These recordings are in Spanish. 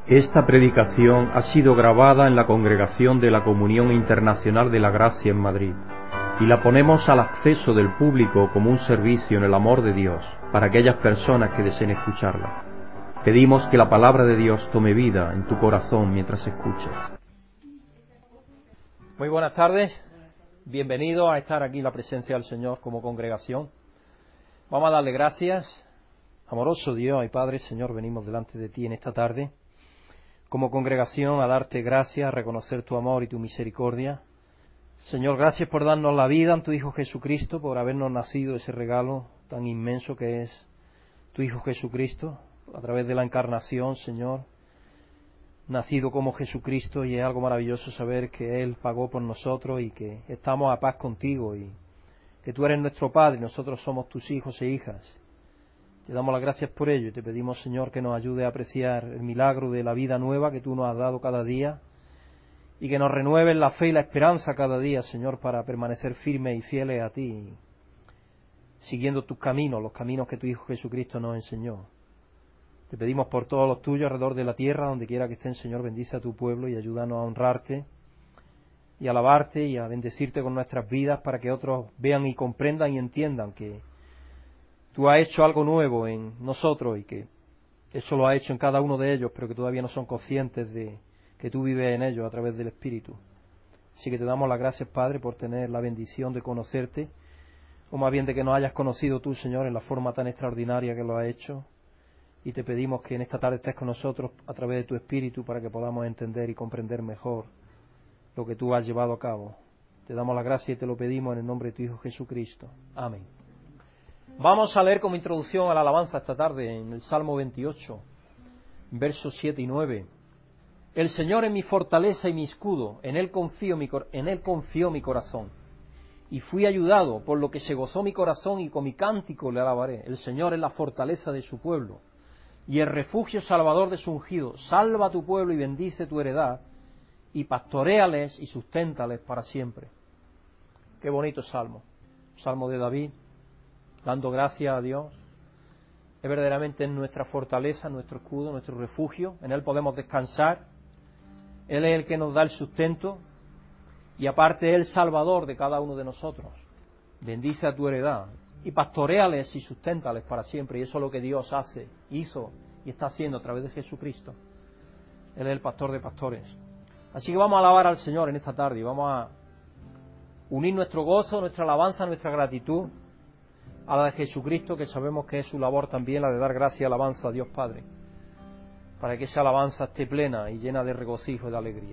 Esta predicación ha sido grabada en la Congregación de la Comunión Internacional de la Gracia en Madrid y la ponemos al acceso del público como un servicio en el amor de Dios para aquellas personas que deseen escucharla. Pedimos que la palabra de Dios tome vida en tu corazón mientras escuches. Muy buenas tardes, bienvenidos a estar aquí en la presencia del Señor como congregación. Vamos a darle gracias, amoroso Dios y Padre. Señor, venimos delante de ti en esta tarde como congregación a darte gracias, a reconocer tu amor y tu misericordia. Señor, gracias por darnos la vida en tu Hijo Jesucristo, por habernos nacido ese regalo tan inmenso que es tu Hijo Jesucristo, a través de la encarnación, Señor, nacido como Jesucristo, y es algo maravilloso saber que Él pagó por nosotros y que estamos a paz contigo y que tú eres nuestro Padre y nosotros somos tus hijos e hijas. Te damos las gracias por ello y te pedimos, Señor, que nos ayude a apreciar el milagro de la vida nueva que tú nos has dado cada día y que nos renueves la fe y la esperanza cada día, Señor, para permanecer firmes y fieles a ti, siguiendo tus caminos, los caminos que tu Hijo Jesucristo nos enseñó. Te pedimos por todos los tuyos alrededor de la tierra, donde quiera que estén, Señor, bendice a tu pueblo y ayúdanos a honrarte y a alabarte y a bendecirte con nuestras vidas para que otros vean y comprendan y entiendan que tú has hecho algo nuevo en nosotros y que eso lo has hecho en cada uno de ellos, pero que todavía no son conscientes de que tú vives en ellos a través del Espíritu. Así que te damos las gracias, Padre, por tener la bendición de conocerte, o más bien de que nos hayas conocido tú, Señor, en la forma tan extraordinaria que lo has hecho. Y te pedimos que en esta tarde estés con nosotros a través de tu Espíritu para que podamos entender y comprender mejor lo que tú has llevado a cabo. Te damos las gracias y te lo pedimos en el nombre de tu Hijo Jesucristo. Amén. Vamos a leer como introducción a la alabanza esta tarde en el Salmo 28, versos 7 y 9. El Señor es mi fortaleza y mi escudo, en Él confió mi corazón. Y fui ayudado, por lo que se gozó mi corazón y con mi cántico le alabaré. El Señor es la fortaleza de su pueblo y el refugio salvador de su ungido. Salva a tu pueblo y bendice tu heredad y pastoréales y susténtales para siempre. Qué bonito salmo. Salmo de David, dando gracias a Dios. Es verdaderamente nuestra fortaleza, nuestro escudo, nuestro refugio. En Él podemos descansar. Él es el que nos da el sustento y aparte es el salvador de cada uno de nosotros. Bendice a tu heredad y pastoréales y susténtales para siempre. Y eso es lo que Dios hizo y está haciendo a través de Jesucristo. Él es el pastor de pastores. Así que vamos a alabar al Señor en esta tarde y vamos a unir nuestro gozo, nuestra alabanza, nuestra gratitud a la de Jesucristo, que sabemos que es su labor también, la de dar gracia y alabanza a Dios Padre, para que esa alabanza esté plena y llena de regocijo y de alegría.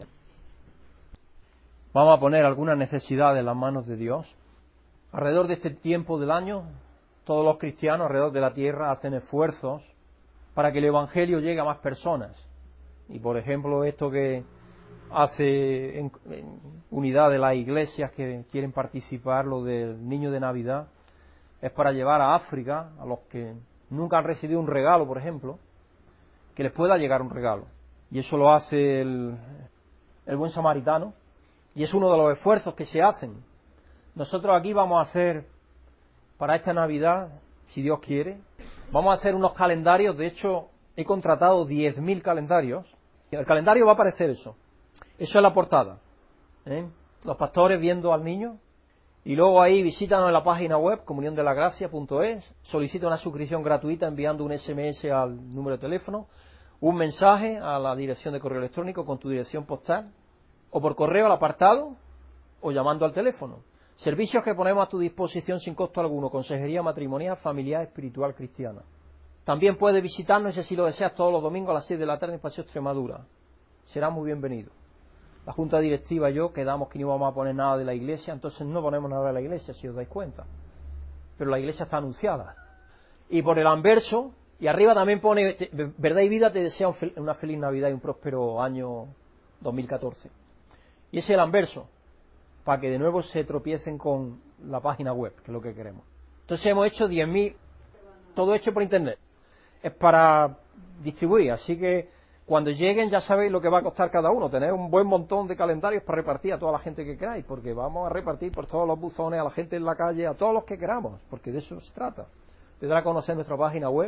Vamos a poner algunas necesidades en las manos de Dios. Alrededor de este tiempo del año, todos los cristianos alrededor de la tierra hacen esfuerzos para que el Evangelio llegue a más personas. Y por ejemplo, esto que hace en unidad de las iglesias que quieren participar, lo del niño de Navidad, es para llevar a África, a los que nunca han recibido un regalo, por ejemplo, que les pueda llegar un regalo. Y eso lo hace el buen samaritano, y es uno de los esfuerzos que se hacen. Nosotros aquí vamos a hacer, para esta Navidad, si Dios quiere, vamos a hacer unos calendarios. De hecho, he contratado 10.000 calendarios. El calendario va a aparecer eso. Eso es la portada. Los pastores viendo al niño. Y luego ahí visítanos en la página web, comuniondelagracia.es, solicita una suscripción gratuita enviando un SMS al número de teléfono, un mensaje a la dirección de correo electrónico con tu dirección postal, o por correo al apartado, o llamando al teléfono. Servicios que ponemos a tu disposición sin costo alguno, consejería matrimonial, familiar, espiritual, cristiana. También puedes visitarnos, si lo deseas, todos los domingos a las 6 de la tarde en Paseo Extremadura. Será muy bienvenido. La Junta Directiva y yo quedamos que no íbamos a poner nada de la iglesia, entonces no ponemos nada de la iglesia, si os dais cuenta. Pero la iglesia está anunciada. Y por el anverso, y arriba también pone, verdad y vida, te desea una feliz Navidad y un próspero año 2014. Y ese es el anverso, para que de nuevo se tropiecen con la página web, que es lo que queremos. Entonces hemos hecho 10.000, todo hecho por internet. Es para distribuir, así que cuando lleguen ya sabéis lo que va a costar cada uno. Tener un buen montón de calendarios para repartir a toda la gente que queráis, porque vamos a repartir por todos los buzones, a la gente en la calle, a todos los que queramos, porque de eso se trata. Te dará a conocer nuestra página web,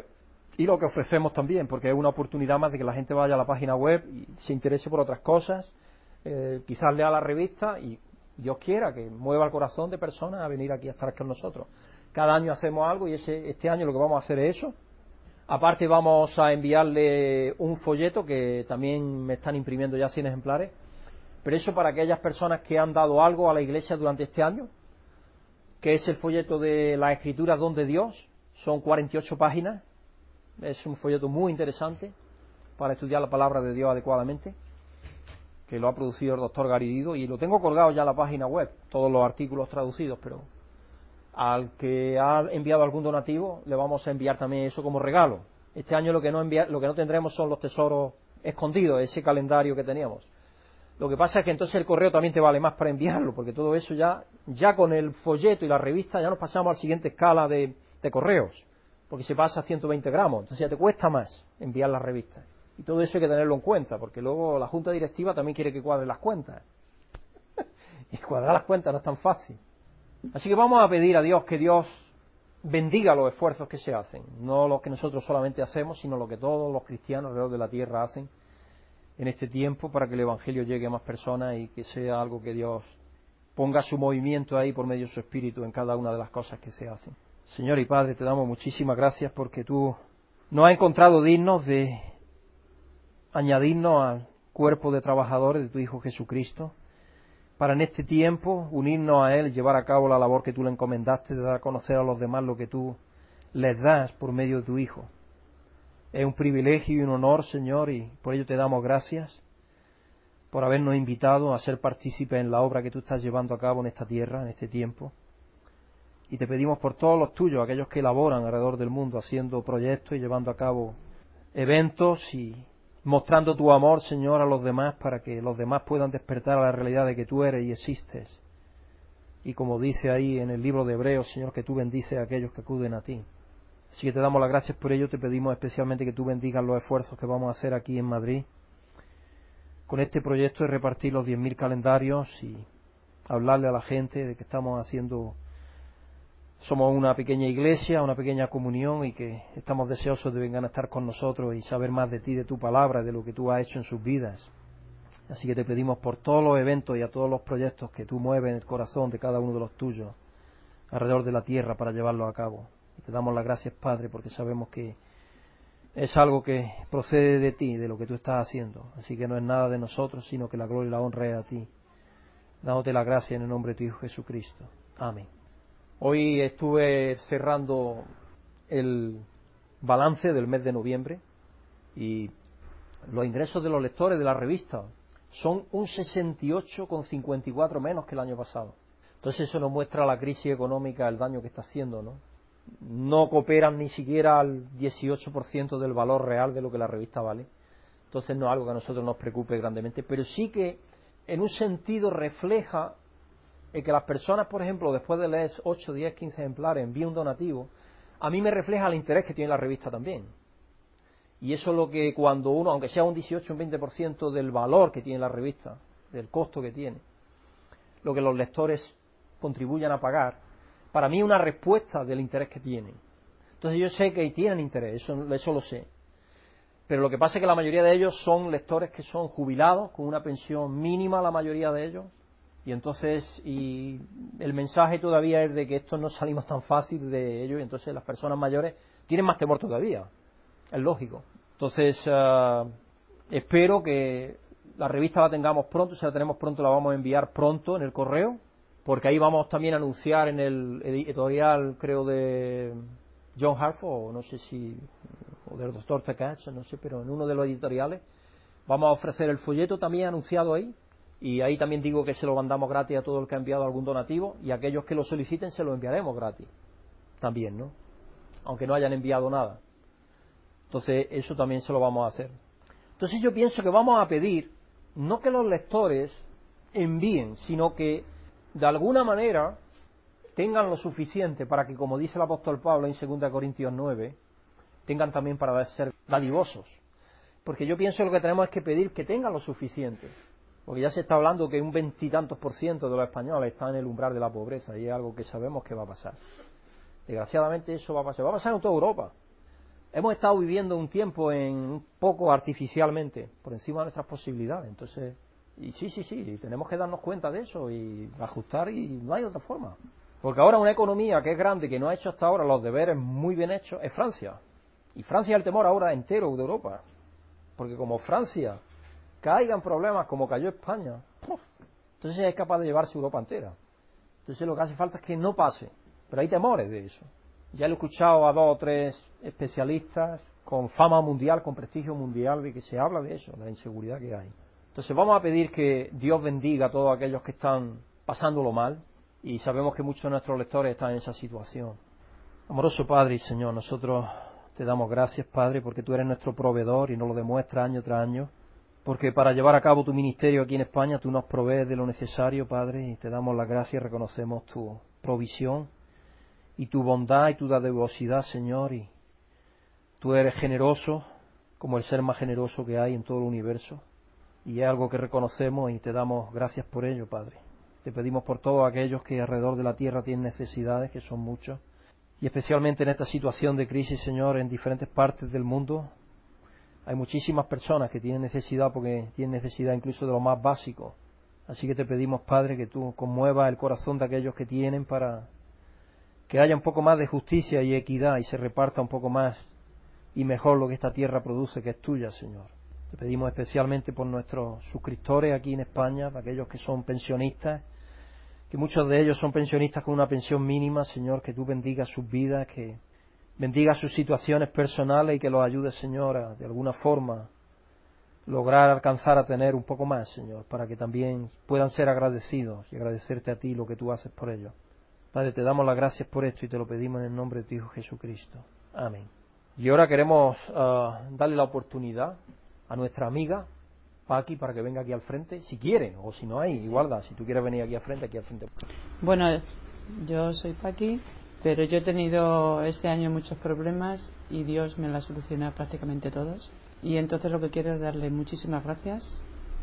y lo que ofrecemos también, porque es una oportunidad más de que la gente vaya a la página web y se interese por otras cosas, quizás lea la revista y Dios quiera que mueva el corazón de personas a venir aquí a estar con nosotros. Cada año hacemos algo y este año lo que vamos a hacer es eso. Aparte vamos a enviarle un folleto que también me están imprimiendo ya 100 ejemplares, pero eso para aquellas personas que han dado algo a la iglesia durante este año, que es el folleto de las Escrituras Don de Dios, son 48 páginas, es un folleto muy interesante para estudiar la palabra de Dios adecuadamente, que lo ha producido el doctor Garidido, y lo tengo colgado ya en la página web, todos los artículos traducidos, pero al que ha enviado algún donativo le vamos a enviar también eso como regalo. Este año lo que no tendremos son los tesoros escondidos, ese calendario que teníamos. Lo que pasa es que entonces el correo también te vale más para enviarlo, porque todo eso ya con el folleto y la revista ya nos pasamos a la siguiente escala de correos, porque se pasa a 120 gramos, entonces ya te cuesta más enviar las revistas. Y todo eso hay que tenerlo en cuenta, porque luego la junta directiva también quiere que cuadre las cuentas. Y cuadrar las cuentas no es tan fácil. Así que vamos a pedir a Dios que Dios bendiga los esfuerzos que se hacen, no los que nosotros solamente hacemos, sino lo que todos los cristianos alrededor de la tierra hacen en este tiempo para que el Evangelio llegue a más personas y que sea algo que Dios ponga su movimiento ahí por medio de su Espíritu en cada una de las cosas que se hacen. Señor y Padre, te damos muchísimas gracias porque tú nos has encontrado dignos de añadirnos al cuerpo de trabajadores de tu Hijo Jesucristo, para en este tiempo unirnos a Él, llevar a cabo la labor que tú le encomendaste de dar a conocer a los demás lo que tú les das por medio de tu Hijo. Es un privilegio y un honor, Señor, y por ello te damos gracias por habernos invitado a ser partícipes en la obra que tú estás llevando a cabo en esta tierra, en este tiempo. Y te pedimos por todos los tuyos, aquellos que elaboran alrededor del mundo, haciendo proyectos y llevando a cabo eventos y mostrando tu amor, Señor, a los demás para que los demás puedan despertar a la realidad de que tú eres y existes. Y como dice ahí en el libro de Hebreos, Señor, que tú bendices a aquellos que acuden a ti. Así que te damos las gracias por ello, te pedimos especialmente que tú bendigas los esfuerzos que vamos a hacer aquí en Madrid con este proyecto de repartir los 10.000 calendarios y hablarle a la gente de que estamos somos una pequeña iglesia, una pequeña comunión y que estamos deseosos de vengan a estar con nosotros y saber más de ti, de tu palabra, de lo que tú has hecho en sus vidas. Así que te pedimos por todos los eventos y a todos los proyectos que tú mueves en el corazón de cada uno de los tuyos alrededor de la tierra para llevarlos a cabo. Y te damos las gracias, Padre, porque sabemos que es algo que procede de ti, de lo que tú estás haciendo. Así que no es nada de nosotros, sino que la gloria y la honra es a ti. Dándote la gracia en el nombre de tu Hijo Jesucristo. Amén. Hoy estuve cerrando el balance del mes de noviembre y los ingresos de los lectores de la revista son un 68,54 menos que el año pasado. Entonces eso nos muestra la crisis económica, el daño que está haciendo, ¿no? No cooperan ni siquiera al 18% del valor real de lo que la revista vale. Entonces no es algo que a nosotros nos preocupe grandemente, pero sí que en un sentido refleja que las personas, por ejemplo, después de leer 8, 10, 15 ejemplares, envíen un donativo, a mí me refleja el interés que tiene la revista también. Y eso es lo que cuando uno, aunque sea un 18, un 20% del valor que tiene la revista, del costo que tiene, lo que los lectores contribuyan a pagar, para mí es una respuesta del interés que tienen. Entonces yo sé que tienen interés, eso lo sé. Pero lo que pasa es que la mayoría de ellos son lectores que son jubilados, con una pensión mínima la mayoría de ellos, y entonces el mensaje todavía es de que esto no salimos tan fácil de ello, y entonces las personas mayores tienen más temor todavía, es lógico. Entonces espero que la revista la tengamos pronto, si la tenemos pronto la vamos a enviar pronto en el correo, porque ahí vamos también a anunciar en el editorial, creo, de John Hartford, o no sé si, o del Dr. Takach, no sé, pero en uno de los editoriales vamos a ofrecer el folleto también anunciado ahí. Y ahí también digo que se lo mandamos gratis a todo el que ha enviado algún donativo, y a aquellos que lo soliciten se lo enviaremos gratis también, ¿no? Aunque no hayan enviado nada. Entonces eso también se lo vamos a hacer. Entonces yo pienso que vamos a pedir no que los lectores envíen, sino que de alguna manera tengan lo suficiente para que, como dice el apóstol Pablo en 2 Corintios 9, tengan también para ser dadivosos. Porque yo pienso que lo que tenemos es que pedir que tengan lo suficiente. Porque ya se está hablando que un 20 y tantos % de los españoles están en el umbral de la pobreza, y es algo que sabemos que va a pasar. Desgraciadamente eso va a pasar en toda Europa. hemos estado viviendo un tiempo un poco artificialmente, por encima de nuestras posibilidades. Entonces, y sí, tenemos que darnos cuenta de eso y ajustar, y no hay otra forma. Porque ahora una economía que es grande, que no ha hecho hasta ahora los deberes muy bien hechos, es Francia. Y Francia es el temor ahora entero de Europa. Porque como Francia caiga en problemas como cayó España, entonces es capaz de llevarse Europa entera. Entonces lo que hace falta es que no pase. Pero hay temores de eso. Ya lo he escuchado a 2 o 3 especialistas con fama mundial, con prestigio mundial, de que se habla de eso, de la inseguridad que hay. Entonces vamos a pedir que Dios bendiga a todos aquellos que están pasándolo mal, y sabemos que muchos de nuestros lectores están en esa situación. Amoroso Padre y Señor, nosotros te damos gracias, Padre, porque tú eres nuestro proveedor y nos lo demuestras año tras año, porque para llevar a cabo tu ministerio aquí en España tú nos provees de lo necesario, Padre, y te damos las gracias y reconocemos tu provisión y tu bondad y tu dadivosidad, Señor, y tú eres generoso como el ser más generoso que hay en todo el universo, y es algo que reconocemos y te damos gracias por ello, Padre. Te pedimos por todos aquellos que alrededor de la tierra tienen necesidades, que son muchos, y especialmente en esta situación de crisis, Señor, en diferentes partes del mundo hay muchísimas personas que tienen necesidad, porque tienen necesidad incluso de lo más básico. Así que te pedimos, Padre, que tú conmuevas el corazón de aquellos que tienen, para que haya un poco más de justicia y equidad y se reparta un poco más y mejor lo que esta tierra produce, que es tuya, Señor. Te pedimos especialmente por nuestros suscriptores aquí en España, para aquellos que son pensionistas, que muchos de ellos son pensionistas con una pensión mínima, Señor, que tú bendigas sus vidas, que bendigas sus situaciones personales y que los ayudes, Señor, a de alguna forma lograr alcanzar a tener un poco más, Señor, para que también puedan ser agradecidos y agradecerte a ti lo que tú haces por ellos. Padre, te damos las gracias por esto y te lo pedimos en el nombre de tu Hijo Jesucristo. Amén. Y ahora queremos darle la oportunidad a nuestra amiga Paqui para que venga aquí al frente, si quiere, o si no hay, igual da, si tú quieres venir aquí al frente. Bueno, yo soy Paqui, pero yo he tenido este año muchos problemas y Dios me los ha solucionado prácticamente todos. Y entonces lo que quiero es darle muchísimas gracias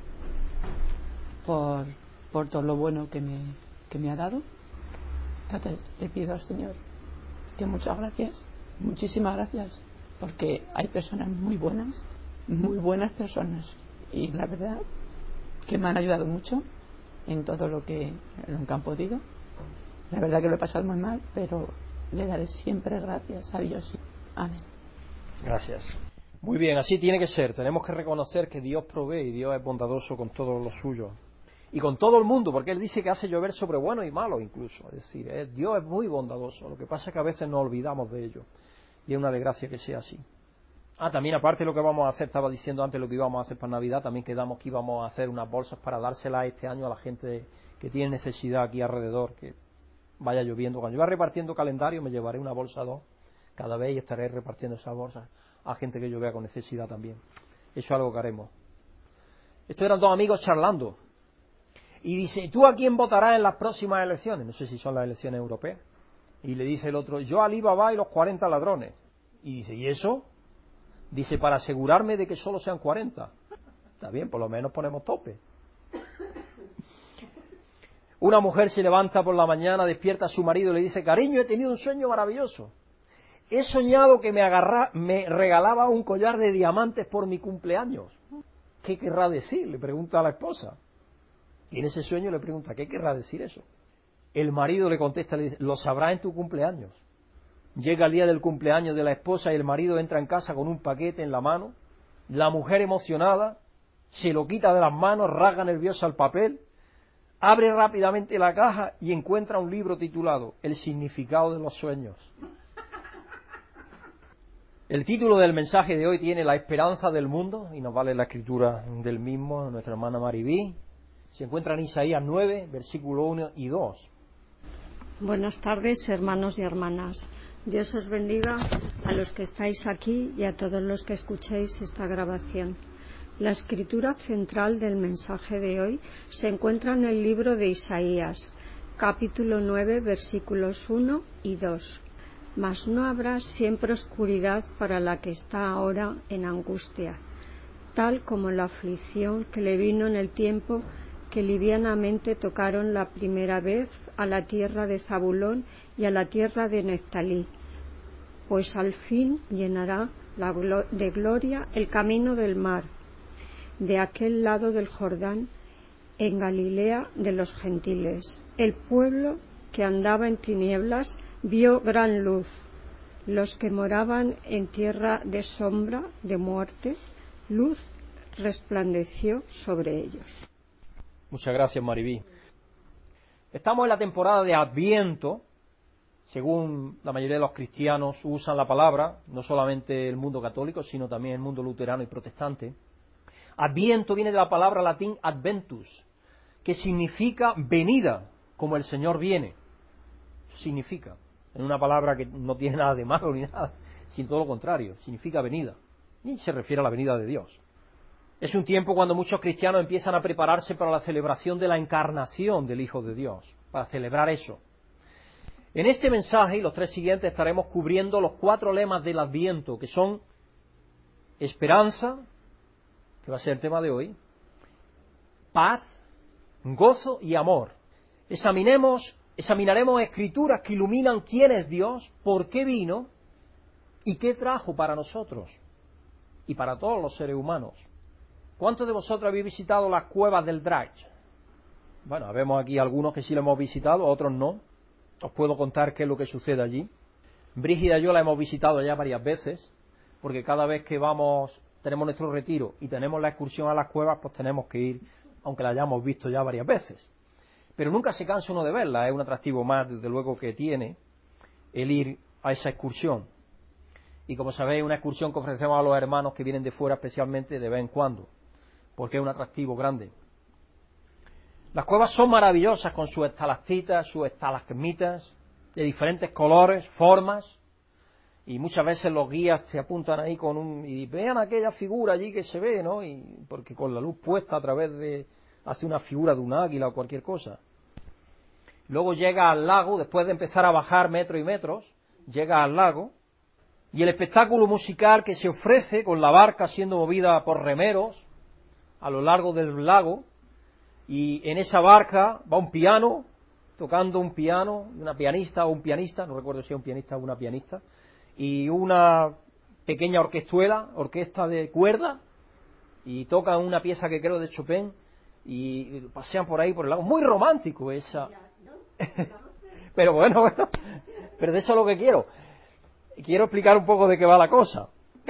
por todo lo bueno que me ha dado. Entonces le pido al Señor que muchas gracias, muchísimas gracias, porque hay personas muy buenas personas, y la verdad que me han ayudado mucho en todo lo que han podido. La verdad que lo he pasado muy mal, pero le daré siempre gracias a Dios. Amén. Gracias. Muy bien, así tiene que ser. Tenemos que reconocer que Dios provee y Dios es bondadoso con todos los suyos. Y con todo el mundo, porque Él dice que hace llover sobre buenos y malos incluso. Es decir, Dios es muy bondadoso. Lo que pasa es que a veces nos olvidamos de ello. Y es una desgracia que sea así. También aparte de lo que vamos a hacer, estaba diciendo antes lo que íbamos a hacer para Navidad, también quedamos que íbamos a hacer unas bolsas para dárselas este año a la gente que tiene necesidad aquí alrededor, que vaya lloviendo. Cuando yo vaya repartiendo calendario me llevaré una bolsa o 2 cada vez y estaré repartiendo esas bolsas a gente que yo vea con necesidad también. Eso es algo que haremos. Estos eran 2 amigos charlando. Y dice, ¿tú a quién votarás en las próximas elecciones? No sé si son las elecciones europeas. Y le dice el otro, yo a Alibaba y los 40 ladrones. Y dice, ¿y eso? Dice, para asegurarme de que solo sean 40. Está bien, por lo menos ponemos tope. Una mujer se levanta por la mañana, despierta a su marido y le dice, cariño, he tenido un sueño maravilloso. He soñado que me regalaba un collar de diamantes por mi cumpleaños. ¿Qué querrá decir? Le pregunta a la esposa. Y en ese sueño le pregunta, ¿qué querrá decir eso? El marido le contesta, le dice, lo sabrás en tu cumpleaños. Llega el día del cumpleaños de la esposa y el marido entra en casa con un paquete en la mano. La mujer emocionada se lo quita de las manos, rasga nerviosa el papel, abre rápidamente la caja y encuentra un libro titulado El significado de los sueños. El título del mensaje de hoy tiene La esperanza del mundo, y nos vale la escritura del mismo, nuestra hermana Maribí. Se encuentra en Isaías 9, versículo 1 y 2. Buenas tardes, hermanos y hermanas. Dios os bendiga a los que estáis aquí y a todos los que escuchéis esta grabación. La escritura central del mensaje de hoy se encuentra en el libro de Isaías, capítulo 9, versículos 1 y 2. Mas no habrá siempre oscuridad para la que está ahora en angustia, tal como la aflicción que le vino en el tiempo que livianamente tocaron la primera vez a la tierra de Zabulón y a la tierra de Neftalí, pues al fin llenará de gloria el camino del mar, de aquel lado del Jordán, en Galilea de los gentiles. El pueblo que andaba en tinieblas vio gran luz. Los que moraban en tierra de sombra de muerte, luz resplandeció sobre ellos. Muchas gracias, Maribí. Estamos en la temporada de Adviento, según la mayoría de los cristianos usan la palabra, no solamente el mundo católico, sino también el mundo luterano y protestante. Adviento viene de la palabra latín adventus, que significa venida, como el Señor viene. Significa, en una palabra que no tiene nada de malo ni nada, sino todo lo contrario, significa venida. Y se refiere a la venida de Dios. Es un tiempo cuando muchos cristianos empiezan a prepararse para la celebración de la encarnación del Hijo de Dios, para celebrar eso. En este mensaje y los 3 siguientes estaremos cubriendo los 4 lemas del Adviento, que son esperanza, que va a ser el tema de hoy, paz, gozo y amor. Examinaremos escrituras que iluminan quién es Dios, por qué vino y qué trajo para nosotros y para todos los seres humanos. ¿Cuántos de vosotros habéis visitado las cuevas del Drac? Bueno, vemos aquí algunos que sí lo hemos visitado, otros no. Os puedo contar qué es lo que sucede allí. Brígida y yo la hemos visitado ya varias veces, porque cada vez que vamos, tenemos nuestro retiro y tenemos la excursión a las cuevas, pues tenemos que ir, aunque la hayamos visto ya varias veces. Pero nunca se cansa uno de verla, es un atractivo más, desde luego, que tiene el ir a esa excursión. Y como sabéis, una excursión que ofrecemos a los hermanos que vienen de fuera, especialmente de vez en cuando, porque es un atractivo grande. Las cuevas son maravillosas con sus estalactitas, sus estalagmitas, de diferentes colores, formas, y muchas veces los guías te apuntan ahí y vean aquella figura allí que se ve, ¿no? Y porque con la luz puesta a través hace una figura de un águila o cualquier cosa. Luego llega al lago, después de empezar a bajar metros y metros, llega al lago, y el espectáculo musical que se ofrece con la barca siendo movida por remeros a lo largo del lago, y en esa barca va un piano, tocando un piano, una pianista o un pianista, no recuerdo si es un pianista o una pianista, y una pequeña orquesta de cuerda, y tocan una pieza que creo de Chopin, y pasean por ahí por el lago. Muy romántico esa. Pero bueno, pero de eso es lo que quiero. Quiero explicar un poco de qué va la cosa.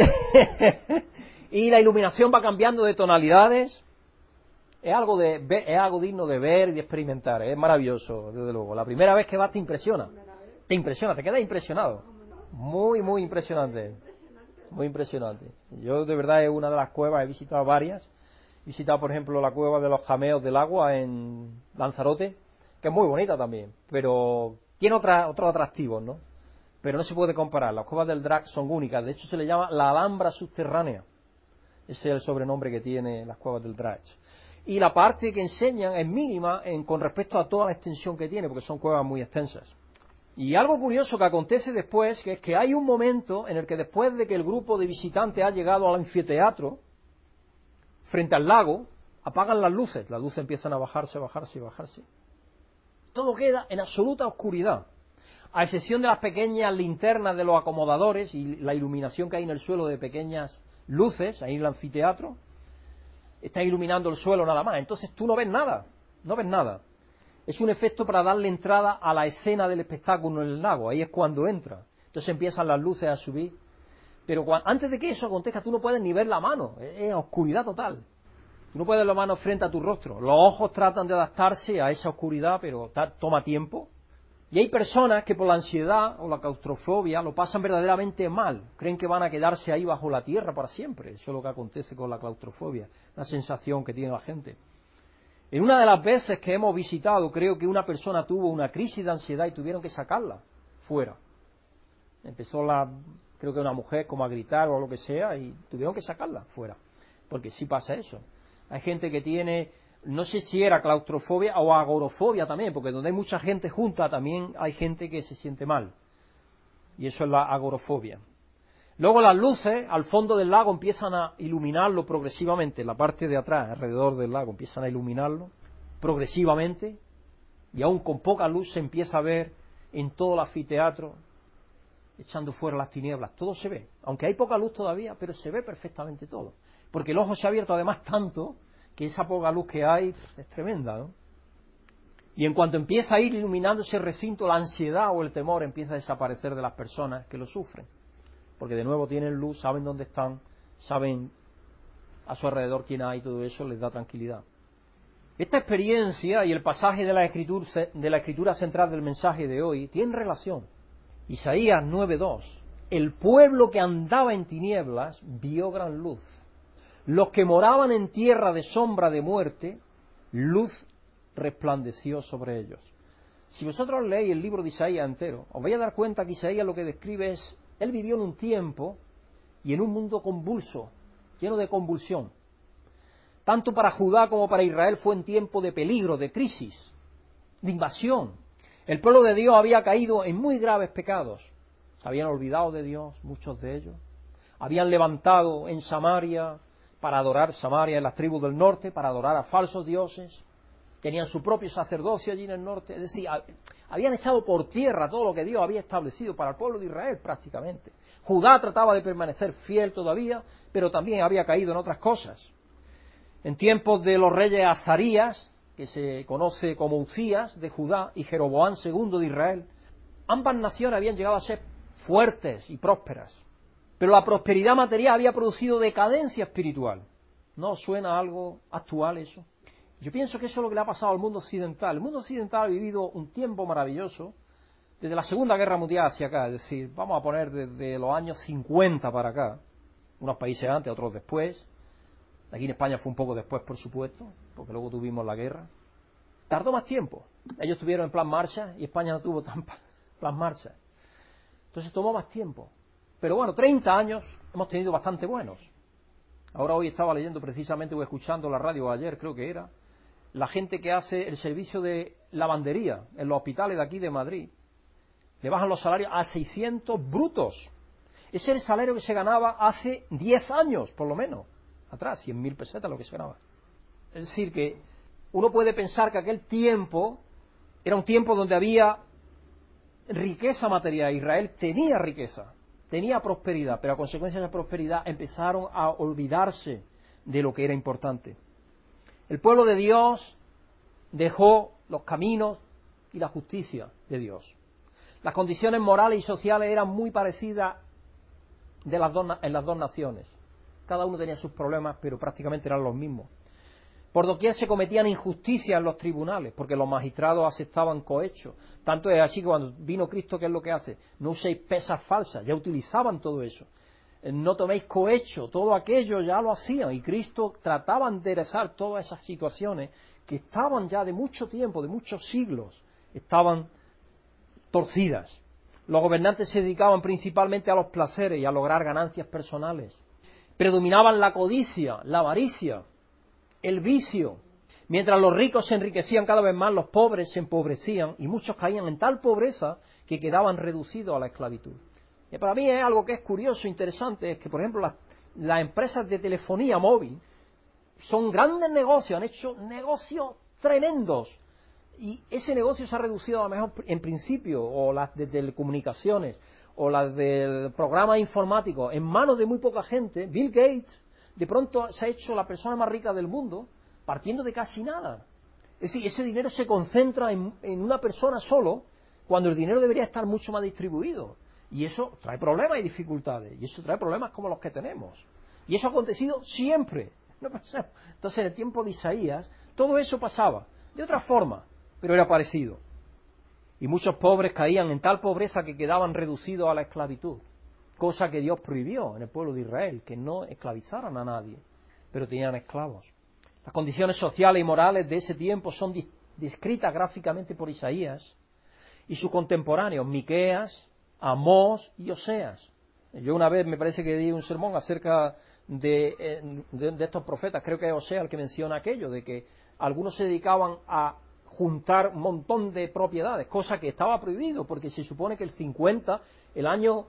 Y la iluminación va cambiando de tonalidades. Es algo digno de ver y de experimentar. Es maravilloso, desde luego. La primera vez que vas te impresiona. Te quedas impresionado. Muy, muy impresionante. Muy impresionante. Yo de verdad es una de las cuevas, he visitado varias. He visitado, por ejemplo, la cueva de los jameos del agua en Lanzarote, que es muy bonita también, pero tiene otros atractivos, ¿no? Pero no se puede comparar. Las cuevas del Drac son únicas. De hecho, se le llama la Alhambra subterránea. Ese es el sobrenombre que tiene las cuevas del Drac. Y la parte que enseñan es mínima con respecto a toda la extensión que tiene, porque son cuevas muy extensas. Y algo curioso que acontece después, que es que hay un momento en el que después de que el grupo de visitantes ha llegado al anfiteatro, frente al lago, apagan las luces empiezan a bajarse. Todo queda en absoluta oscuridad, a excepción de las pequeñas linternas de los acomodadores y la iluminación que hay en el suelo de pequeñas luces, ahí en el anfiteatro, está iluminando el suelo nada más. Entonces tú no ves nada. Es un efecto para darle entrada a la escena del espectáculo en el lago, ahí es cuando entra. Entonces empiezan las luces a subir. Pero antes de que eso acontezca, tú no puedes ni ver la mano, es oscuridad total. Tú no puedes ver la mano frente a tu rostro. Los ojos tratan de adaptarse a esa oscuridad, pero toma tiempo. Y hay personas que por la ansiedad o la claustrofobia lo pasan verdaderamente mal. Creen que van a quedarse ahí bajo la tierra para siempre. Eso es lo que acontece con la claustrofobia, la sensación que tiene la gente. En una de las veces que hemos visitado, creo que una persona tuvo una crisis de ansiedad y tuvieron que sacarla fuera. Empezó creo que una mujer como a gritar o lo que sea y tuvieron que sacarla fuera. Porque sí pasa eso. Hay gente que tiene, no sé si era claustrofobia o agorofobia también, porque donde hay mucha gente junta también hay gente que se siente mal. Y eso es la agorofobia. Luego las luces al fondo del lago empiezan a iluminarlo progresivamente, la parte de atrás, alrededor del lago, empiezan a iluminarlo progresivamente, y aún con poca luz se empieza a ver en todo el anfiteatro echando fuera las tinieblas, todo se ve, aunque hay poca luz todavía, pero se ve perfectamente todo, porque el ojo se ha abierto además tanto que esa poca luz que hay es tremenda, ¿no? Y en cuanto empieza a ir iluminando ese recinto, la ansiedad o el temor empieza a desaparecer de las personas que lo sufren, porque de nuevo tienen luz, saben dónde están, saben a su alrededor quién hay, todo eso les da tranquilidad. Esta experiencia y el pasaje de la escritura central del mensaje de hoy tienen relación. Isaías 9:2, el pueblo que andaba en tinieblas vio gran luz. Los que moraban en tierra de sombra de muerte, luz resplandeció sobre ellos. Si vosotros leéis el libro de Isaías entero, os vais a dar cuenta que Isaías lo que describe es, él vivió en un tiempo y en un mundo convulso, lleno de convulsión. Tanto para Judá como para Israel fue un tiempo de peligro, de crisis, de invasión. El pueblo de Dios había caído en muy graves pecados. Se habían olvidado de Dios, muchos de ellos. Habían levantado en Samaria, para adorar Samaria en las tribus del norte, para adorar a falsos dioses. Tenían su propio sacerdocio allí en el norte. Es decir, habían echado por tierra todo lo que Dios había establecido para el pueblo de Israel prácticamente. Judá trataba de permanecer fiel todavía, pero también había caído en otras cosas. En tiempos de los reyes Azarías, que se conoce como Uzías de Judá, y Jeroboam II de Israel, ambas naciones habían llegado a ser fuertes y prósperas. Pero la prosperidad material había producido decadencia espiritual. ¿No os suena algo actual eso? Yo pienso que eso es lo que le ha pasado al mundo occidental. El mundo occidental ha vivido un tiempo maravilloso desde la Segunda Guerra Mundial hacia acá. Es decir, vamos a poner desde los años 50 para acá. Unos países antes, otros después. Aquí en España fue un poco después, por supuesto, porque luego tuvimos la guerra. Tardó más tiempo. Ellos tuvieron en plan Marshall y España no tuvo tan plan Marshall. Entonces tomó más tiempo. Pero bueno, 30 años hemos tenido bastante buenos. Ahora hoy estaba leyendo precisamente o escuchando la radio ayer, creo que era, la gente que hace el servicio de lavandería en los hospitales de aquí de Madrid. Le bajan los salarios a 600 brutos. Ese es el salario que se ganaba hace 10 años, por lo menos. Atrás, 100.000 pesetas lo que se ganaba. Es decir, que uno puede pensar que aquel tiempo era un tiempo donde había riqueza material. Israel tenía riqueza, tenía prosperidad, pero a consecuencia de esa prosperidad empezaron a olvidarse de lo que era importante. El pueblo de Dios dejó los caminos y la justicia de Dios. Las condiciones morales y sociales eran muy parecidas en las dos naciones. Cada uno tenía sus problemas, pero prácticamente eran los mismos. Por doquier se cometían injusticias en los tribunales, porque los magistrados aceptaban cohecho. Tanto es así que cuando vino Cristo, ¿qué es lo que hace? No uséis pesas falsas, ya utilizaban todo eso. No toméis cohecho, todo aquello ya lo hacían. Y Cristo trataba de enderezar todas esas situaciones que estaban ya de mucho tiempo, de muchos siglos, estaban torcidas. Los gobernantes se dedicaban principalmente a los placeres y a lograr ganancias personales. Predominaban la codicia, la avaricia, el vicio. Mientras los ricos se enriquecían cada vez más, los pobres se empobrecían y muchos caían en tal pobreza que quedaban reducidos a la esclavitud. Y para mí es algo que es curioso, interesante, es que, por ejemplo, las empresas de telefonía móvil son grandes negocios, han hecho negocios tremendos. Y ese negocio se ha reducido a lo mejor en principio, o las de telecomunicaciones, o las del programa informático, en manos de muy poca gente. Bill Gates, de pronto se ha hecho la persona más rica del mundo, partiendo de casi nada. Es decir, ese dinero se concentra en una persona solo, cuando el dinero debería estar mucho más distribuido. Y eso trae problemas y dificultades, y eso trae problemas como los que tenemos. Y eso ha acontecido siempre. Entonces, en el tiempo de Isaías, todo eso pasaba, de otra forma, pero era parecido. Y muchos pobres caían en tal pobreza que quedaban reducidos a la esclavitud, cosa que Dios prohibió en el pueblo de Israel, que no esclavizaran a nadie, pero tenían esclavos. Las condiciones sociales y morales de ese tiempo son descritas gráficamente por Isaías y sus contemporáneos, Miqueas, Amós y Oseas. Yo una vez me parece que di un sermón acerca de estos profetas, creo que es Oseas el que menciona aquello, de que algunos se dedicaban a juntar un montón de propiedades, cosa que estaba prohibido, porque se supone que el año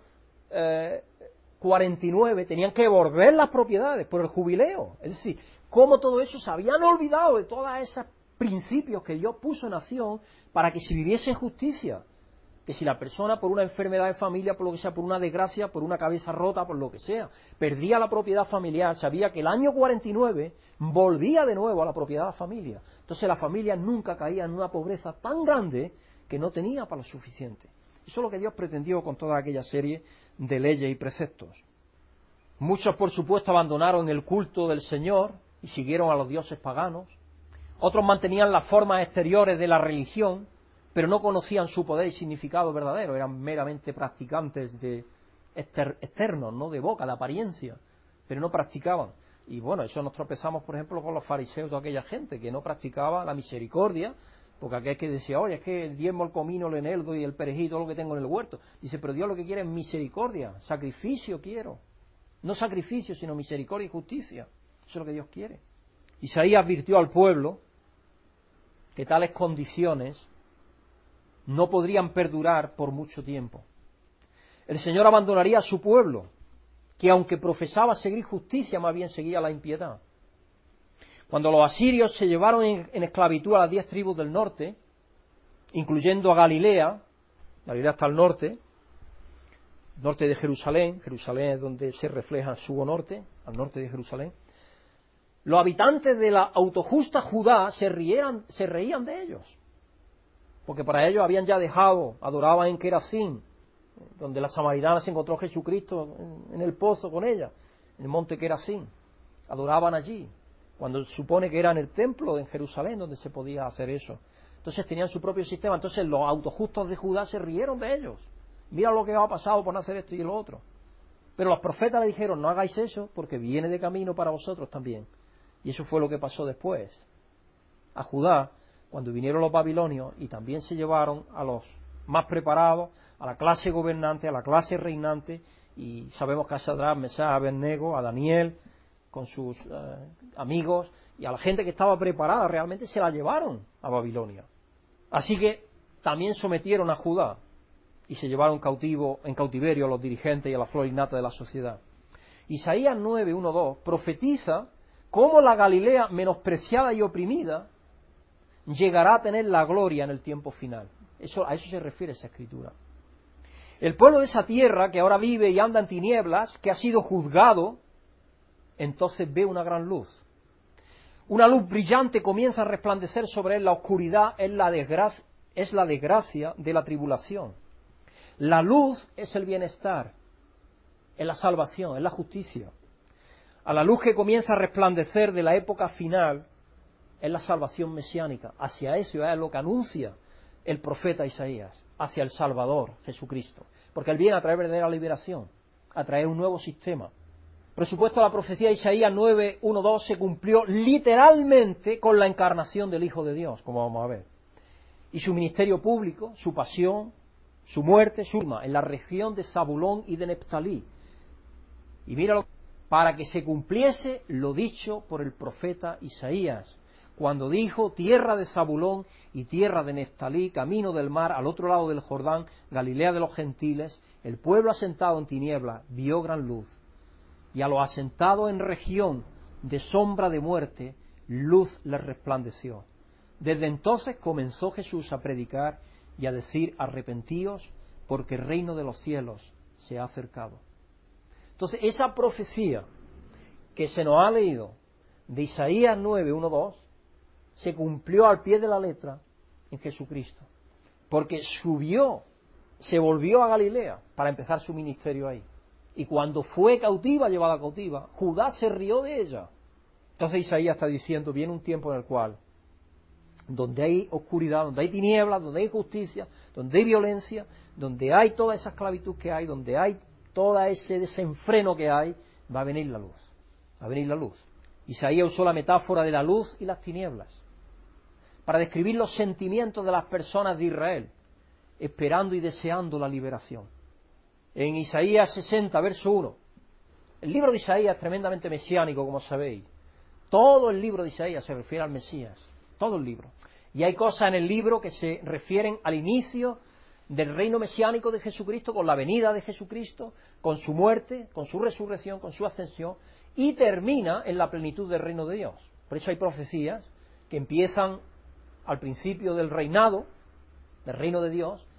49, tenían que volver las propiedades por el jubileo. Es decir, cómo todo eso se habían olvidado de todos esos principios que Dios puso en acción para que se viviese en justicia. que si la persona por una enfermedad de familia, por lo que sea, por una desgracia, por una cabeza rota, por lo que sea, perdía la propiedad familiar, sabía que el año 49 volvía de nuevo a la propiedad de la familia. Entonces la familia nunca caía en una pobreza tan grande que no tenía para lo suficiente. Eso es lo que Dios pretendió con toda aquella serie de leyes y preceptos. Muchos, por supuesto, abandonaron el culto del Señor y siguieron a los dioses paganos. Otros mantenían las formas exteriores de la religión, pero no conocían su poder y significado verdadero, eran meramente practicantes de externos, ¿no?, de boca, de apariencia, pero no practicaban. Y bueno, eso nos tropezamos, por ejemplo, con los fariseos de aquella gente que no practicaba la misericordia, porque aquel que decía, oye, es que el diezmo, el comino, el eneldo y el perejil, todo lo que tengo en el huerto. Dice, pero Dios lo que quiere es misericordia, sacrificio quiero. No sacrificio, sino misericordia y justicia. Eso es lo que Dios quiere. Isaías advirtió al pueblo que tales condiciones no podrían perdurar por mucho tiempo. El Señor abandonaría a su pueblo, que aunque profesaba seguir justicia, más bien seguía la impiedad. Cuando los asirios se llevaron en esclavitud a las 10 tribus del norte, incluyendo a Galilea está al norte de Jerusalén, Jerusalén es donde se refleja su norte, al norte de Jerusalén, los habitantes de la autojusta Judá se reían de ellos, porque para ellos habían ya dejado, adoraban en Kerazín, donde la samaritana se encontró Jesucristo en el pozo con ella, en el monte Kerazín, adoraban allí, cuando se supone que era en el templo en Jerusalén donde se podía hacer eso. Entonces tenían su propio sistema, entonces los autojustos de Judá se rieron de ellos. Mira lo que ha pasado por no hacer esto y lo otro. Pero los profetas le dijeron, no hagáis eso porque viene de camino para vosotros también. Y eso fue lo que pasó después. A Judá, cuando vinieron los babilonios y también se llevaron a los más preparados, a la clase gobernante, a la clase reinante, y sabemos que a Sadrach, Mesach, Abednego, a Daniel, con sus amigos, y a la gente que estaba preparada realmente se la llevaron a Babilonia. Así que también sometieron a Judá y se llevaron en cautiverio a los dirigentes y a la flor innata de la sociedad. Isaías 9, 1, 2 profetiza cómo la Galilea menospreciada y oprimida llegará a tener la gloria en el tiempo final. A eso se refiere esa escritura. El pueblo de esa tierra que ahora vive y anda en tinieblas, que ha sido juzgado, entonces ve una gran luz. Una luz brillante comienza a resplandecer sobre él. La oscuridad es la desgracia de la tribulación. La luz es el bienestar, es la salvación, es la justicia. A la luz que comienza a resplandecer de la época final es la salvación mesiánica. Hacia eso es lo que anuncia el profeta Isaías, hacia el Salvador, Jesucristo. Porque Él viene a traer verdadera liberación, a traer un nuevo sistema. Por supuesto, la profecía de Isaías 9, 1, 2 se cumplió literalmente con la encarnación del Hijo de Dios, como vamos a ver. Y su ministerio público, su pasión, su muerte, su alma, en la región de Zabulón y de Neftalí. Y míralo, para que se cumpliese lo dicho por el profeta Isaías, cuando dijo, tierra de Zabulón y tierra de Neftalí, camino del mar, al otro lado del Jordán, Galilea de los gentiles, el pueblo asentado en tinieblas vio gran luz, y a los asentados en región de sombra de muerte, luz les resplandeció. Desde entonces comenzó Jesús a predicar y a decir, arrepentíos, porque el reino de los cielos se ha acercado. Entonces, esa profecía que se nos ha leído de Isaías 9, 1, 2, se cumplió al pie de la letra en Jesucristo, porque se volvió a Galilea para empezar su ministerio ahí. Y cuando fue llevada cautiva, Judá se rió de ella. Entonces Isaías está diciendo, viene un tiempo en el cual, donde hay oscuridad, donde hay tinieblas, donde hay injusticia, donde hay violencia, donde hay toda esa esclavitud que hay, donde hay todo ese desenfreno que hay, va a venir la luz. Va a venir la luz. Isaías usó la metáfora de la luz y las tinieblas para describir los sentimientos de las personas de Israel, esperando y deseando la liberación. En Isaías 60, verso 1, el libro de Isaías es tremendamente mesiánico, como sabéis. Todo el libro de Isaías se refiere al Mesías, todo el libro. Y hay cosas en el libro que se refieren al inicio del reino mesiánico de Jesucristo, con la venida de Jesucristo, con su muerte, con su resurrección, con su ascensión, y termina en la plenitud del reino de Dios. Por eso hay profecías que empiezan al principio del reinado, del reino de Dios,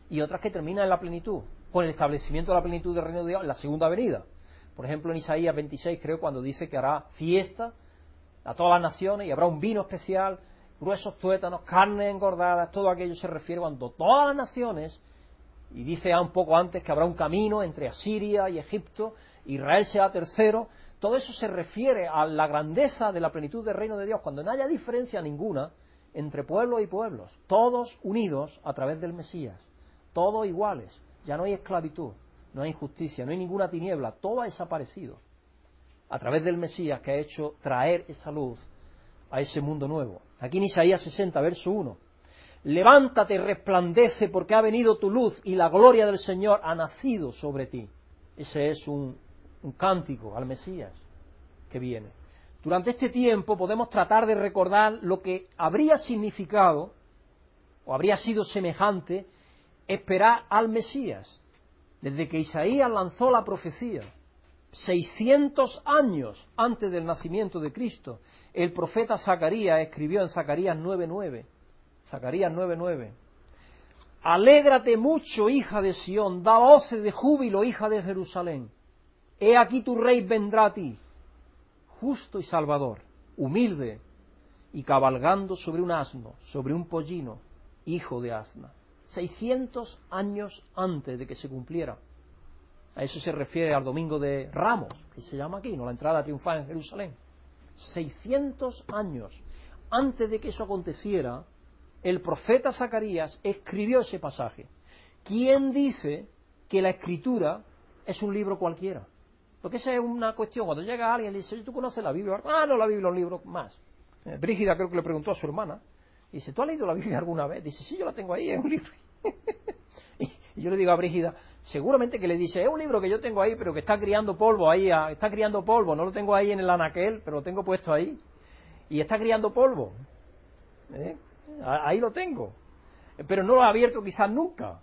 y otras que terminan en la plenitud, con el establecimiento de la plenitud del reino de Dios en la segunda venida. Por ejemplo, en Isaías 26, creo, cuando dice que hará fiesta a todas las naciones y habrá un vino especial, gruesos tuétanos, carne engordada, todo aquello se refiere cuando todas las naciones, y dice ya un poco antes que habrá un camino entre Asiria y Egipto, Israel será tercero, todo eso se refiere a la grandeza de la plenitud del reino de Dios, cuando no haya diferencia ninguna entre pueblos y pueblos, todos unidos a través del Mesías, todos iguales, ya no hay esclavitud, no hay injusticia, no hay ninguna tiniebla, todo ha desaparecido a través del Mesías que ha hecho traer esa luz a ese mundo nuevo. Aquí en Isaías 60, verso 1, levántate, resplandece, porque ha venido tu luz y la gloria del Señor ha nacido sobre ti. Ese es un cántico al Mesías que viene. Durante este tiempo podemos tratar de recordar lo que habría significado, o habría sido semejante, esperar al Mesías. Desde que Isaías lanzó la profecía, 600 años antes del nacimiento de Cristo, el profeta Zacarías escribió en Zacarías 9:9, Zacarías 9:9, alégrate mucho, hija de Sión, da voces de júbilo, hija de Jerusalén. He aquí tu rey vendrá a ti, justo y salvador, humilde y cabalgando sobre un asno, sobre un pollino, hijo de asna. 600 años antes de que se cumpliera. A eso se refiere al domingo de Ramos, que se llama aquí, no la entrada triunfal en Jerusalén. 600 años antes de que eso aconteciera, el profeta Zacarías escribió ese pasaje. ¿Quién dice que la Escritura es un libro cualquiera? Porque esa es una cuestión. Cuando llega alguien y le dice, ¿tú conoces la Biblia? Ah, no, la Biblia es un libro más. Brígida creo que le preguntó a su hermana. Y dice, ¿tú has leído la Biblia alguna vez? Dice, sí, yo la tengo ahí, es un libro. Y yo le digo a Brígida, seguramente que le dice, es un libro que yo tengo ahí, pero que está criando polvo ahí, está criando polvo, no lo tengo ahí en el anaquel, pero lo tengo puesto ahí. Y está criando polvo. Ahí lo tengo. Pero no lo ha abierto quizás nunca.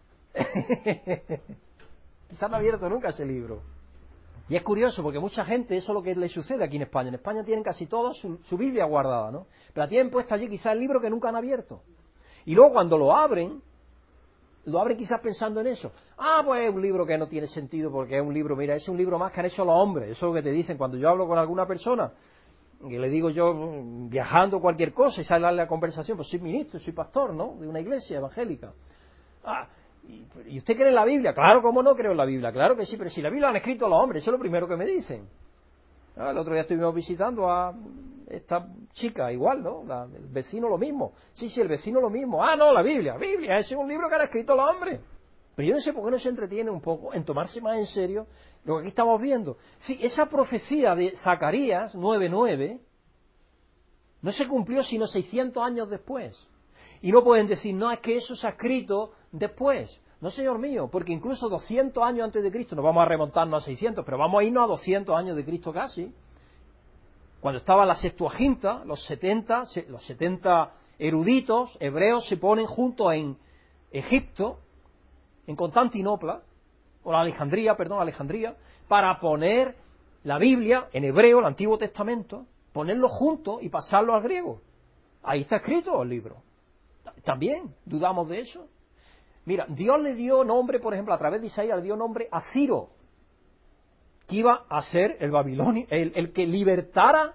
Quizás no ha abierto nunca ese libro. Y es curioso porque mucha gente, eso es lo que le sucede aquí en España. En España tienen casi todos su Biblia guardada, ¿no? Pero la tienen puesta allí quizás el libro que nunca han abierto. Y luego cuando lo abren quizás pensando en eso. Ah, pues es un libro que no tiene sentido porque es un libro, mira, es un libro más que han hecho los hombres. Eso es lo que te dicen cuando yo hablo con alguna persona. Que le digo yo, viajando cualquier cosa y sale la conversación, pues soy ministro, soy pastor, ¿no? De una iglesia evangélica. Ah, ¿y usted cree en la Biblia? Claro, ¿cómo no creo en la Biblia? Claro que sí, pero si la Biblia la han escrito los hombres, eso es lo primero que me dicen. El otro día estuvimos visitando a esta chica, igual, ¿no? El vecino lo mismo. Sí, el vecino lo mismo. Ah, no, la Biblia, ese es un libro que han escrito los hombres. Pero yo no sé por qué no se entretiene un poco en tomarse más en serio lo que aquí estamos viendo. Sí, esa profecía de Zacarías 9:9 no se cumplió sino 600 años después. Y no pueden decir, no, es que eso se ha escrito después. No, señor mío, porque incluso 200 años antes de Cristo, no vamos a remontarnos a 600, pero vamos a irnos a 200 años de Cristo casi, cuando estaba la Septuaginta, los 70 eruditos hebreos se ponen juntos en Egipto, en Constantinopla, o Alejandría, para poner la Biblia en hebreo, el Antiguo Testamento, ponerlo juntos y pasarlo al griego. Ahí está escrito el libro. También dudamos de eso. Mira, Dios le dio nombre, por ejemplo, a través de Isaías le dio nombre a Ciro, que iba a ser el babilonio, el que libertara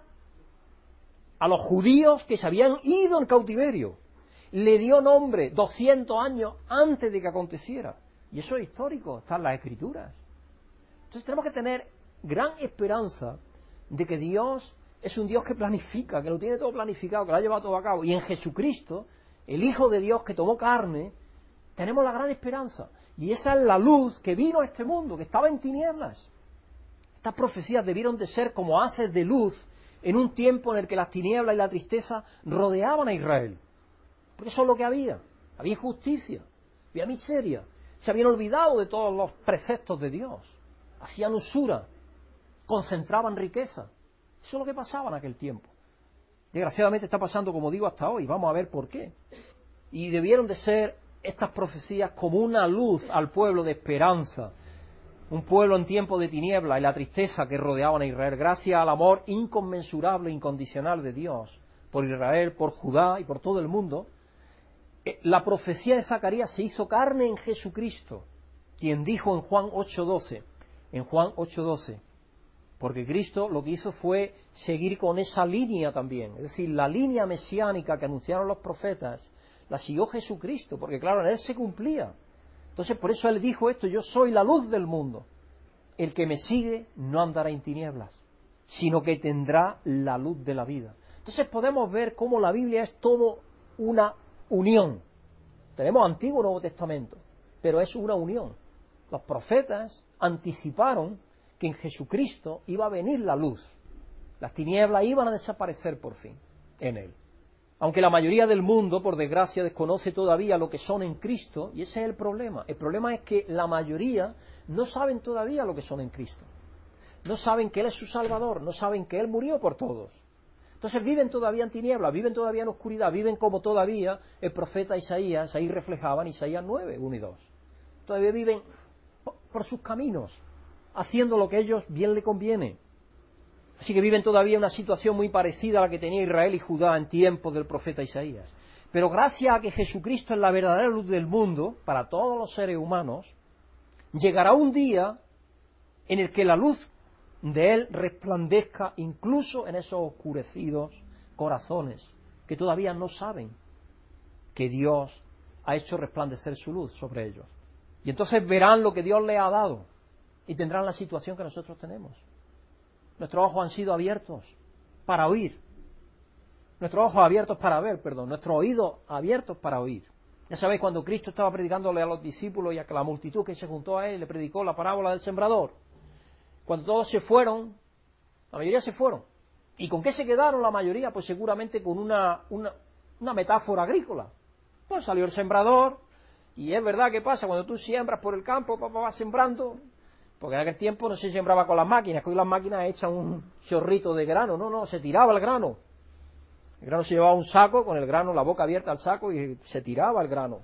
a los judíos que se habían ido en cautiverio. Le dio nombre 200 años antes de que aconteciera. Y eso es histórico, está en las Escrituras. Entonces tenemos que tener gran esperanza de que Dios es un Dios que planifica, que lo tiene todo planificado, que lo ha llevado todo a cabo. Y en Jesucristo, el Hijo de Dios que tomó carne, tenemos la gran esperanza. Y esa es la luz que vino a este mundo, que estaba en tinieblas. Estas profecías debieron de ser como haces de luz en un tiempo en el que las tinieblas y la tristeza rodeaban a Israel. Porque eso es lo que había. Había injusticia, había miseria. Se habían olvidado de todos los preceptos de Dios. Hacían usura, concentraban riqueza. Eso es lo que pasaba en aquel tiempo. Desgraciadamente está pasando, como digo, hasta hoy. Vamos a ver por qué. Y debieron de ser estas profecías como una luz al pueblo de esperanza. Un pueblo en tiempo de tiniebla y la tristeza que rodeaban a Israel, gracias al amor inconmensurable e incondicional de Dios por Israel, por Judá y por todo el mundo. La profecía de Zacarías se hizo carne en Jesucristo, quien dijo en Juan 8:12, porque Cristo lo que hizo fue seguir con esa línea también, es decir, la línea mesiánica que anunciaron los profetas, la siguió Jesucristo, porque claro, en Él se cumplía. Entonces por eso Él dijo esto: yo soy la luz del mundo, el que me sigue no andará en tinieblas, sino que tendrá la luz de la vida. Entonces podemos ver cómo la Biblia es todo una unión. Tenemos Antiguo y Nuevo Testamento, pero es una unión. Los profetas anticiparon que en Jesucristo iba a venir la luz. Las tinieblas iban a desaparecer por fin en Él. Aunque la mayoría del mundo, por desgracia, desconoce todavía lo que son en Cristo, y ese es el problema. El problema es que la mayoría no saben todavía lo que son en Cristo. No saben que Él es su Salvador, no saben que Él murió por todos. Entonces viven todavía en tinieblas, viven todavía en oscuridad, viven como todavía el profeta Isaías, ahí reflejaba en Isaías 9, 1 y 2. Todavía viven por sus caminos, haciendo lo que a ellos bien le conviene. Así que viven todavía una situación muy parecida a la que tenía Israel y Judá en tiempos del profeta Isaías. Pero gracias a que Jesucristo es la verdadera luz del mundo, para todos los seres humanos, llegará un día en el que la luz de Él resplandezca incluso en esos oscurecidos corazones que todavía no saben que Dios ha hecho resplandecer su luz sobre ellos. Y entonces verán lo que Dios les ha dado y tendrán la situación que nosotros tenemos. Nuestros ojos han sido abiertos para oír. Nuestros ojos abiertos para ver, nuestros oídos abiertos para oír. Ya sabéis, cuando Cristo estaba predicándole a los discípulos y a la multitud que se juntó a Él, le predicó la parábola del sembrador. Cuando todos se fueron, la mayoría se fueron. ¿Y con qué se quedaron la mayoría? Pues seguramente con una metáfora agrícola. Pues salió el sembrador, y es verdad que pasa, cuando tú siembras por el campo, papá va sembrando, porque en aquel tiempo no se sembraba con las máquinas, que hoy las máquinas echan un chorrito de grano, no, se tiraba el grano. El grano se llevaba a un saco, con el grano, la boca abierta al saco, y se tiraba el grano.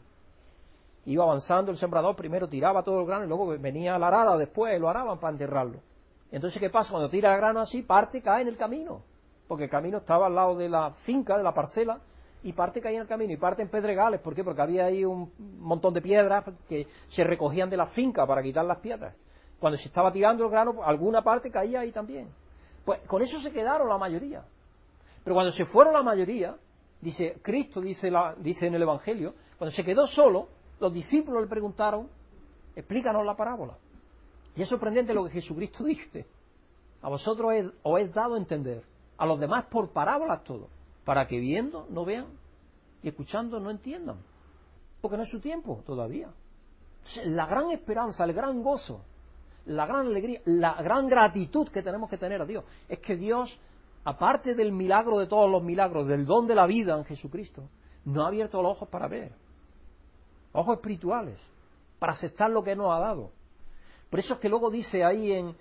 Iba avanzando el sembrador, primero tiraba todo el grano, y luego venía la arada, después lo araban para enterrarlo. Entonces, ¿qué pasa? Cuando tira el grano así, parte cae en el camino, porque el camino estaba al lado de la finca, de la parcela, y parte caía en el camino, y parte en pedregales. ¿Por qué? Porque había ahí un montón de piedras que se recogían de la finca para quitar las piedras. Cuando se estaba tirando el grano, alguna parte caía ahí también. Pues con eso se quedaron la mayoría. Pero cuando se fueron la mayoría, dice Cristo, dice en el Evangelio, cuando se quedó solo, los discípulos le preguntaron: explícanos la parábola. Y es sorprendente lo que Jesucristo dice: a vosotros os es dado entender, a los demás por parábolas todo, para que viendo no vean y escuchando no entiendan, porque no es su tiempo todavía. La gran esperanza, el gran gozo, la gran alegría, la gran gratitud que tenemos que tener a Dios es que Dios, aparte del milagro de todos los milagros, del don de la vida en Jesucristo, nos ha abierto los ojos para ver, ojos espirituales, para aceptar lo que nos ha dado. Por eso es que luego dice ahí en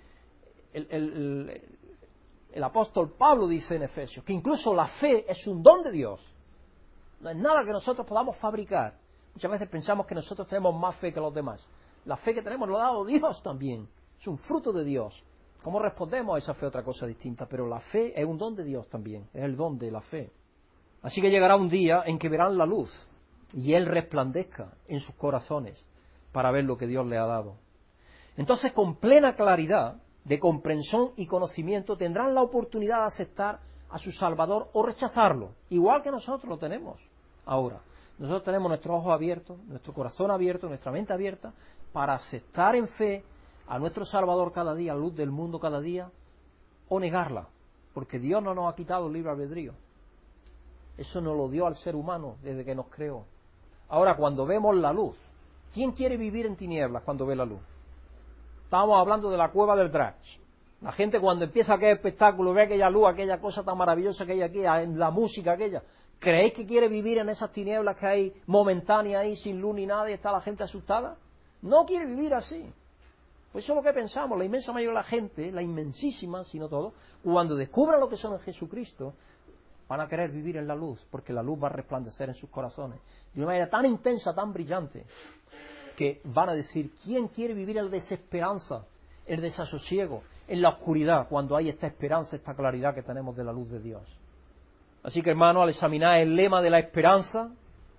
el apóstol Pablo, dice en Efesios, que incluso la fe es un don de Dios. No es nada que nosotros podamos fabricar. Muchas veces pensamos que nosotros tenemos más fe que los demás. La fe que tenemos lo ha dado Dios también. Es un fruto de Dios. ¿Cómo respondemos a esa fe? Otra cosa distinta. Pero la fe es un don de Dios también. Es el don de la fe. Así que llegará un día en que verán la luz y Él resplandezca en sus corazones para ver lo que Dios le ha dado. Entonces, con plena claridad de comprensión y conocimiento, tendrán la oportunidad de aceptar a su Salvador o rechazarlo, igual que nosotros lo tenemos ahora. Nosotros tenemos nuestros ojos abiertos, nuestro corazón abierto, nuestra mente abierta, para aceptar en fe a nuestro Salvador cada día, luz del mundo cada día, o negarla, porque Dios no nos ha quitado el libre albedrío. Eso nos lo dio al ser humano desde que nos creó. Ahora, cuando vemos la luz, ¿quién quiere vivir en tinieblas cuando ve la luz? Estábamos hablando de la cueva del Drac. La gente cuando empieza aquel espectáculo, ve aquella luz, aquella cosa tan maravillosa que hay aquí, la música aquella, ¿creéis que quiere vivir en esas tinieblas que hay momentáneas ahí, sin luz ni nada, y está la gente asustada? No quiere vivir así. Pues eso es lo que pensamos. La inmensa mayoría de la gente, la inmensísima, si no todo, cuando descubran lo que son en Jesucristo, van a querer vivir en la luz, porque la luz va a resplandecer en sus corazones de una manera tan intensa, tan brillante, que van a decir: ¿quién quiere vivir en la desesperanza, en el desasosiego, en la oscuridad, cuando hay esta esperanza, esta claridad que tenemos de la luz de Dios? Así que, hermanos, al examinar el lema de la esperanza,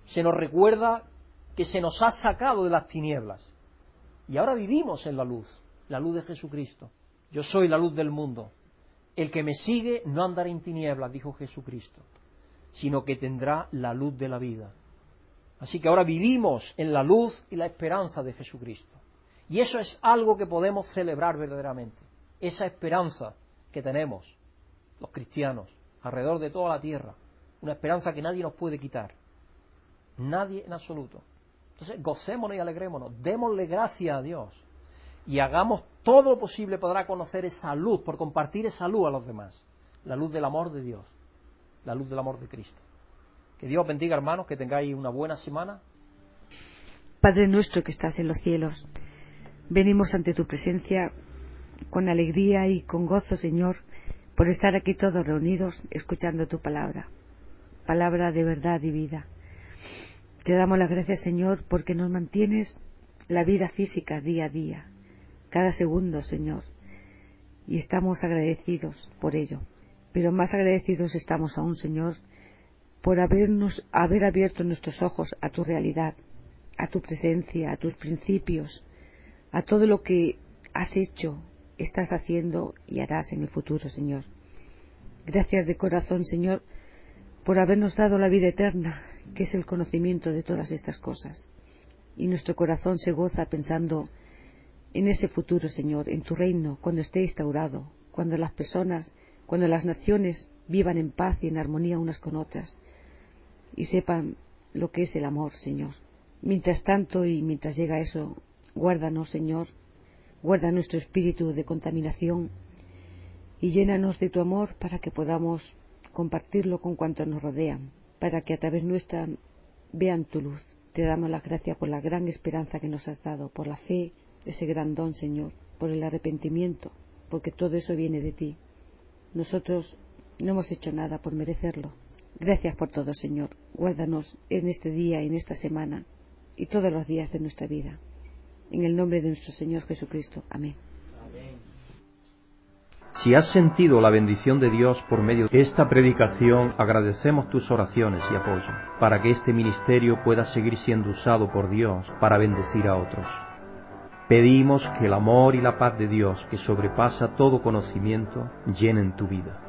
Se nos recuerda que se nos ha sacado de las tinieblas y ahora vivimos en la luz de Jesucristo. Yo soy la luz del mundo. El que me sigue no andará en tinieblas, dijo Jesucristo, sino que tendrá la luz de la vida. Así que ahora vivimos en la luz y la esperanza de Jesucristo. Y eso es algo que podemos celebrar verdaderamente. Esa esperanza que tenemos los cristianos alrededor de toda la tierra. Una esperanza que nadie nos puede quitar. Nadie en absoluto. Entonces, gocémonos y alegrémonos. Démosle gracias a Dios. Y hagamos todo lo posible para conocer esa luz, por compartir esa luz a los demás. La luz del amor de Dios. La luz del amor de Cristo. Que Dios bendiga, hermanos, que tengáis una buena semana. Padre nuestro que estás en los cielos, venimos ante tu presencia con alegría y con gozo, Señor, por estar aquí todos reunidos escuchando tu palabra. Palabra de verdad y vida. Te damos las gracias, Señor, porque nos mantienes la vida física día a día, cada segundo, Señor, y estamos agradecidos por ello. Pero más agradecidos estamos aún, Señor, por haber abierto nuestros ojos a tu realidad, a tu presencia, a tus principios, a todo lo que has hecho, estás haciendo y harás en el futuro, Señor. Gracias de corazón, Señor, por habernos dado la vida eterna, que es el conocimiento de todas estas cosas. Y nuestro corazón se goza pensando en ese futuro, Señor, en tu reino, cuando esté instaurado, cuando las personas, cuando las naciones vivan en paz y en armonía unas con otras, y sepan lo que es el amor, Señor. Mientras tanto y mientras llega eso, guárdanos, Señor, guarda nuestro espíritu de contaminación y llénanos de tu amor para que podamos compartirlo con cuantos nos rodean, para que a través nuestra vean tu luz. Te damos las gracias por la gran esperanza que nos has dado, por la fe, ese gran don, Señor, por el arrepentimiento, porque todo eso viene de ti. Nosotros no hemos hecho nada por merecerlo. Gracias por todo, Señor. Guárdanos en este día y en esta semana y todos los días de nuestra vida. En el nombre de nuestro Señor Jesucristo. Amén. Si has sentido la bendición de Dios por medio de esta predicación, agradecemos tus oraciones y apoyo, para que este ministerio pueda seguir siendo usado por Dios para bendecir a otros. Pedimos que el amor y la paz de Dios, que sobrepasa todo conocimiento, llenen tu vida.